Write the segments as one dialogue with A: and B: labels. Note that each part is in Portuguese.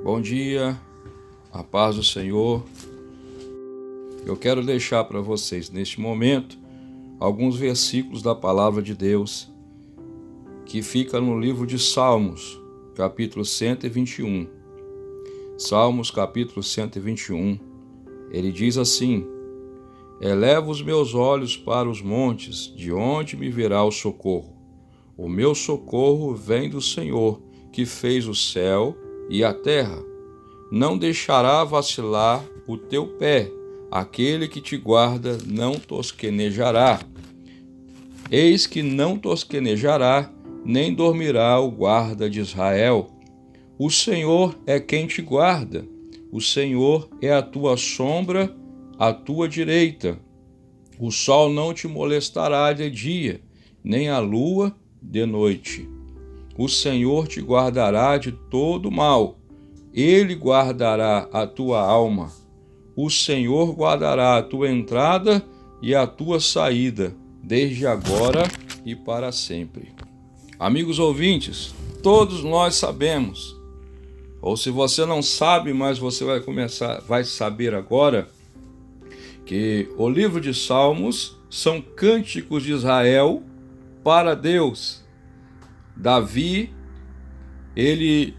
A: Bom dia, a paz do Senhor. Eu quero deixar para vocês neste momento alguns versículos da palavra de Deus que fica no livro de Salmos, capítulo 121. Salmos, capítulo 121, ele diz assim: Elevo os meus olhos para os montes, de onde me virá o socorro? O meu socorro vem do Senhor, que fez o céu e a terra. Não deixará vacilar o teu pé, aquele que te guarda não tosquenejará. Eis que não tosquenejará, nem dormirá o guarda de Israel. O Senhor é quem te guarda, o Senhor é a tua sombra, à tua direita. O sol não te molestará de dia, nem a lua de noite. O Senhor te guardará de todo mal, Ele guardará a tua alma. O Senhor guardará a tua entrada e a tua saída, desde agora e para sempre. Amigos ouvintes, todos nós sabemos, ou se você não sabe, mas você vai saber agora, que o livro de Salmos são cânticos de Israel para Deus. Davi, ele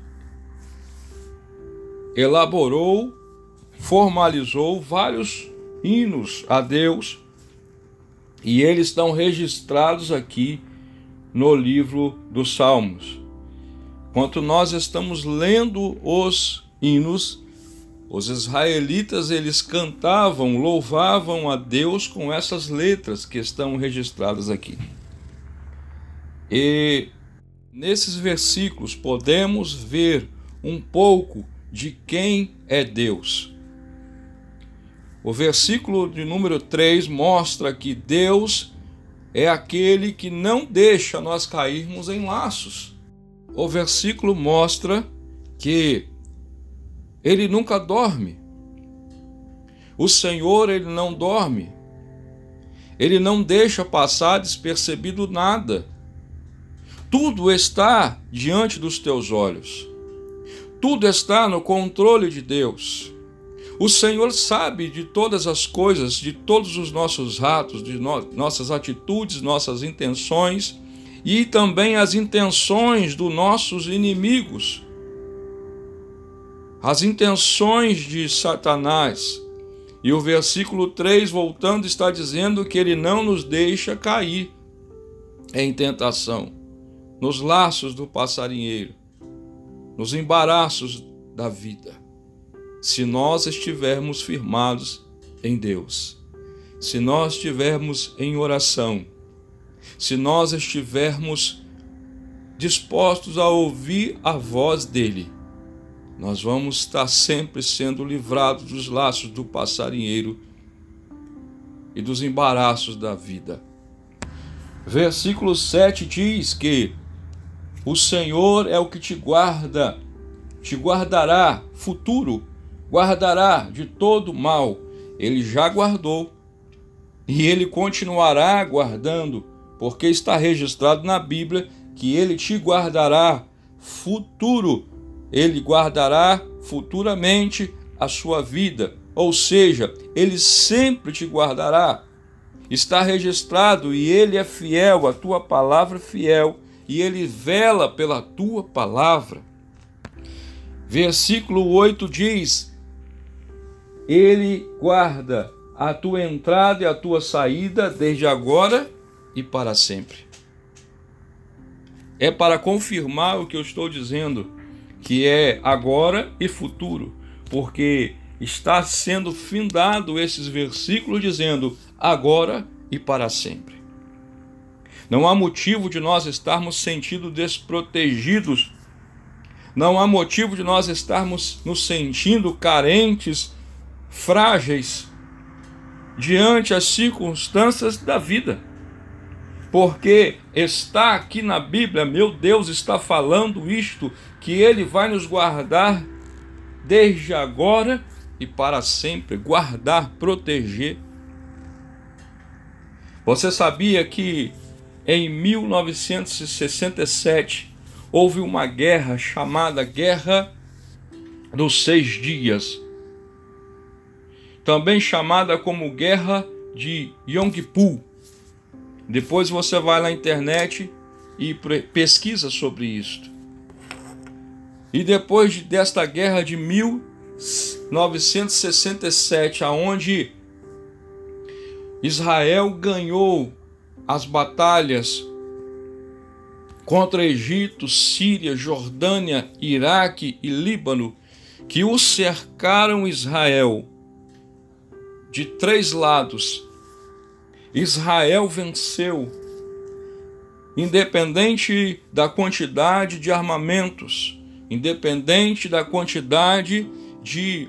A: elaborou, formalizou vários hinos a Deus e eles estão registrados aqui no livro dos Salmos. Enquanto nós estamos lendo os hinos, os israelitas eles cantavam, louvavam a Deus com essas letras que estão registradas aqui. E nesses versículos podemos ver um pouco de quem é Deus. O versículo de número 3 mostra que Deus é aquele que não deixa nós cairmos em laços. O versículo mostra que Ele nunca dorme. O Senhor, Ele não dorme. Ele não deixa passar despercebido nada. Tudo está diante dos teus olhos. Tudo está no controle de Deus. O Senhor sabe de todas as coisas, de todos os nossos atos, de nossas atitudes, nossas intenções e também as intenções dos nossos inimigos. As intenções de Satanás. E o versículo 3, voltando, está dizendo que ele não nos deixa cair em tentação, nos laços do passarinheiro, nos embaraços da vida, se nós estivermos firmados em Deus, se nós estivermos em oração, se nós estivermos dispostos a ouvir a voz dele, nós vamos estar sempre sendo livrados dos laços do passarinheiro e dos embaraços da vida. Versículo 7 diz que o Senhor é o que te guarda, te guardará, futuro, guardará de todo mal. Ele já guardou e ele continuará guardando, porque está registrado na Bíblia que ele te guardará, futuro. Ele guardará futuramente a sua vida, ou seja, ele sempre te guardará. Está registrado e ele é fiel, a tua palavra é fiel, e ele vela pela tua palavra. Versículo 8 diz: Ele guarda a tua entrada e a tua saída desde agora e para sempre. É para confirmar o que eu estou dizendo, que é agora e futuro, porque está sendo findado esses versículos dizendo agora e para sempre. Não há motivo de nós estarmos sentindo desprotegidos. Não há motivo de nós estarmos nos sentindo carentes, frágeis, diante as circunstâncias da vida. Porque está aqui na Bíblia, meu Deus está falando isto, que Ele vai nos guardar desde agora e para sempre. Guardar, proteger. Você sabia que em 1967 houve uma guerra chamada Guerra dos 6 dias, também chamada como Guerra de Yom Kippur. Depois você vai na internet e pesquisa sobre isto. E depois desta guerra de 1967, aonde Israel ganhou as batalhas contra Egito, Síria, Jordânia, Iraque e Líbano, que o cercaram Israel de 3 lados. Israel venceu, independente da quantidade de armamentos, independente da quantidade de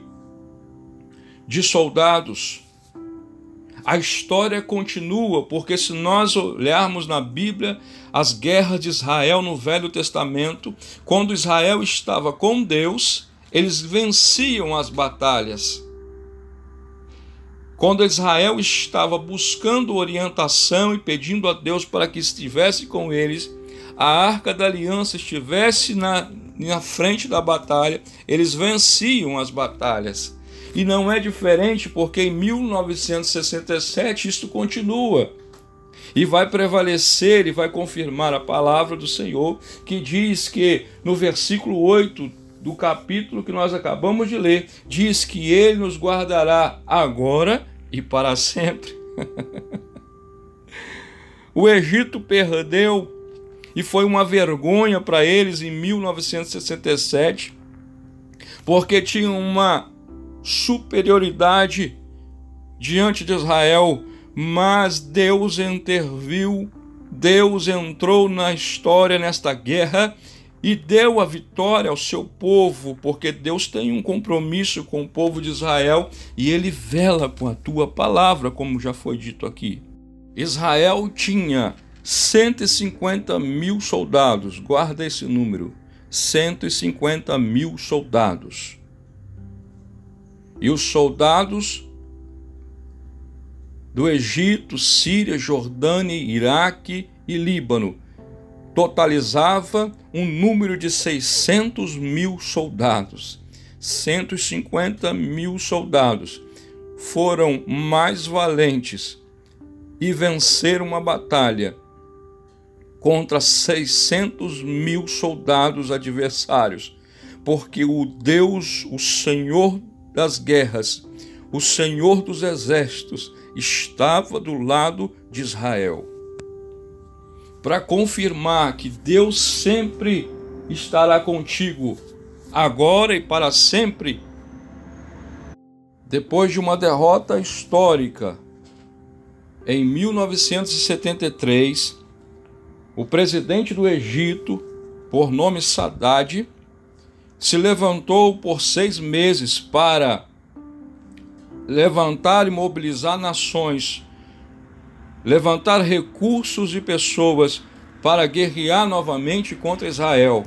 A: soldados. A história continua, porque se nós olharmos na Bíblia, as guerras de Israel no Velho Testamento, quando Israel estava com Deus, eles venciam as batalhas. Quando Israel estava buscando orientação e pedindo a Deus para que estivesse com eles, a Arca da Aliança estivesse na frente da batalha, eles venciam as batalhas. E não é diferente, porque em 1967 isto continua. E vai prevalecer e vai confirmar a palavra do Senhor, que diz que no versículo 8 do capítulo que nós acabamos de ler, diz que Ele nos guardará agora e para sempre. O Egito perdeu e foi uma vergonha para eles em 1967, porque tinham uma superioridade diante de Israel, mas Deus interviu, Deus entrou na história nesta guerra e deu a vitória ao seu povo, porque Deus tem um compromisso com o povo de Israel e Ele vela com a tua palavra, como já foi dito aqui. Israel tinha 150 mil soldados, guarda esse número, 150 mil soldados. E os soldados do Egito, Síria, Jordânia, Iraque e Líbano totalizava um número de 600 mil soldados. 150 mil soldados foram mais valentes e venceram uma batalha contra 600 mil soldados adversários, porque o Deus, o Senhor das guerras, o Senhor dos exércitos, estava do lado de Israel. Para confirmar que Deus sempre estará contigo, agora e para sempre, depois de uma derrota histórica, em 1973, o presidente do Egito, por nome Sadat, se levantou por 6 meses para levantar e mobilizar nações, levantar recursos e pessoas para guerrear novamente contra Israel.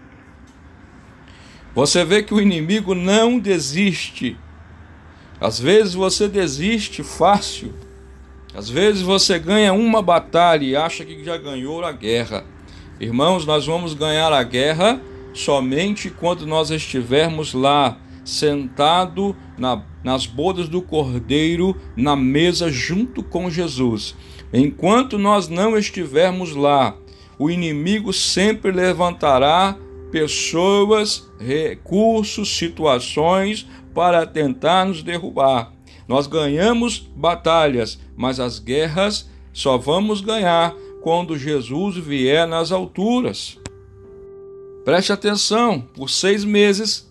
A: Você vê que o inimigo não desiste. Às vezes você desiste fácil. Às vezes você ganha uma batalha e acha que já ganhou a guerra. Irmãos, nós vamos ganhar a guerra somente quando nós estivermos lá, sentado nas bodas do Cordeiro, na mesa junto com Jesus. Enquanto nós não estivermos lá, o inimigo sempre levantará pessoas, recursos, situações para tentar nos derrubar. Nós ganhamos batalhas, mas as guerras só vamos ganhar quando Jesus vier nas alturas. Preste atenção, por 6 meses,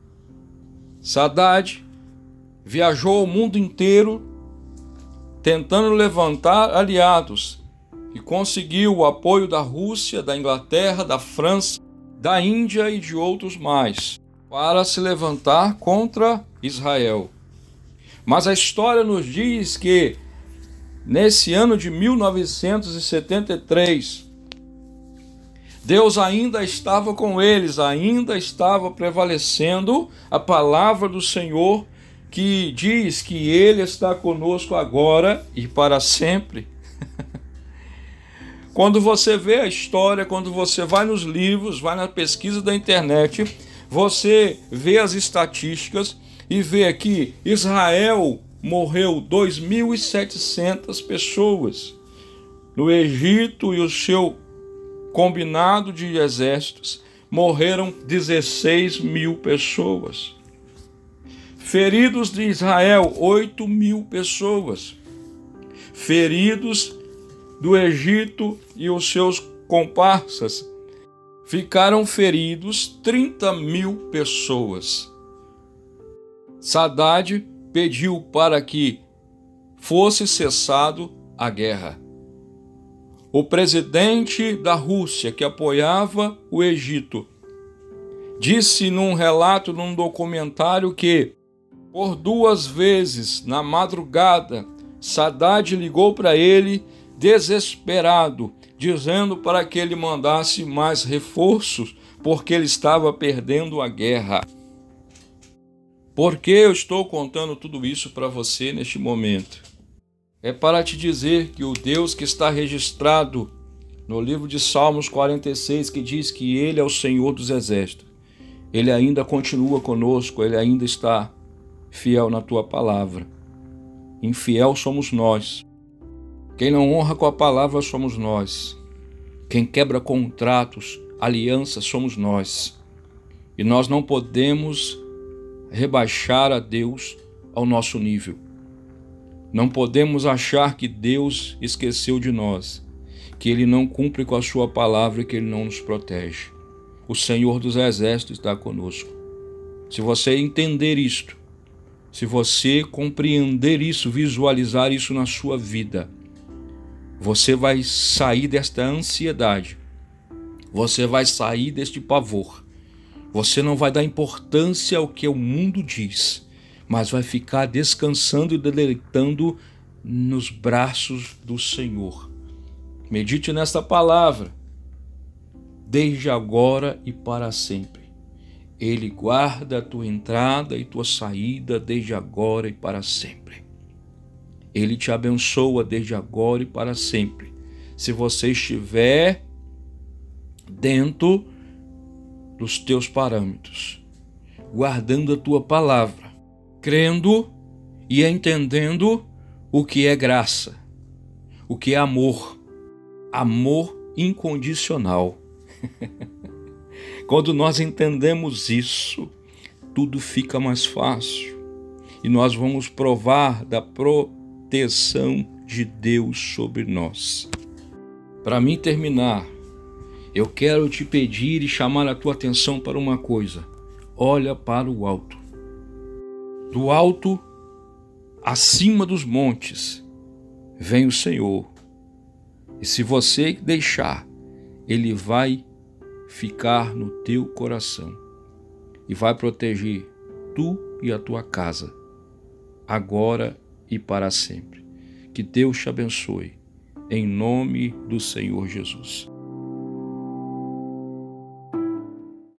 A: Sadat viajou o mundo inteiro tentando levantar aliados e conseguiu o apoio da Rússia, da Inglaterra, da França, da Índia e de outros mais para se levantar contra Israel. Mas a história nos diz que nesse ano de 1973, Deus ainda estava com eles, ainda estava prevalecendo a palavra do Senhor, que diz que Ele está conosco agora e para sempre. Quando você vê a história, quando você vai nos livros, vai na pesquisa da internet, Você vê as estatísticas e vê que Israel morreu 2.700 pessoas. No Egito e o seu combinado de exércitos morreram 16.000 pessoas. Feridos de Israel, 8.000 pessoas. Feridos do Egito e os seus comparsas, ficaram feridos 30.000 pessoas. Sadat pediu para que fosse cessado a guerra. O presidente da Rússia, que apoiava o Egito, disse num relato, num documentário, que por 2 vezes na madrugada, Sadat ligou para ele desesperado, dizendo para que ele mandasse mais reforços, porque ele estava perdendo a guerra. Por que eu estou contando tudo isso para você neste momento? É para te dizer que o Deus que está registrado no livro de Salmos 46, que diz que Ele é o Senhor dos Exércitos, Ele ainda continua conosco, Ele ainda está fiel na tua palavra. Infiel somos nós. Quem não honra com a palavra somos nós. Quem quebra contratos, alianças somos nós. E nós não podemos rebaixar a Deus ao nosso nível. Não podemos achar que Deus esqueceu de nós, que Ele não cumpre com a sua palavra e que Ele não nos protege. O Senhor dos Exércitos está conosco. Se você entender isto, se você compreender isso, visualizar isso na sua vida, você vai sair desta ansiedade, você vai sair deste pavor, você não vai dar importância ao que o mundo diz, mas vai ficar descansando e deleitando nos braços do Senhor. Medite nesta palavra, desde agora e para sempre. Ele guarda a tua entrada e tua saída desde agora e para sempre. Ele te abençoa desde agora e para sempre, se você estiver dentro dos teus parâmetros, guardando a tua palavra, crendo e entendendo o que é graça, o que é amor, amor incondicional. Quando nós entendemos isso, tudo fica mais fácil e nós vamos provar da proteção de Deus sobre nós. Para mim terminar, eu quero te pedir e chamar a tua atenção para uma coisa. Olha para o alto. Do alto, acima dos montes, vem o Senhor. E se você deixar, Ele vai ficar no teu coração e vai proteger tu e a tua casa, agora e para sempre. Que Deus te abençoe, em nome do Senhor Jesus.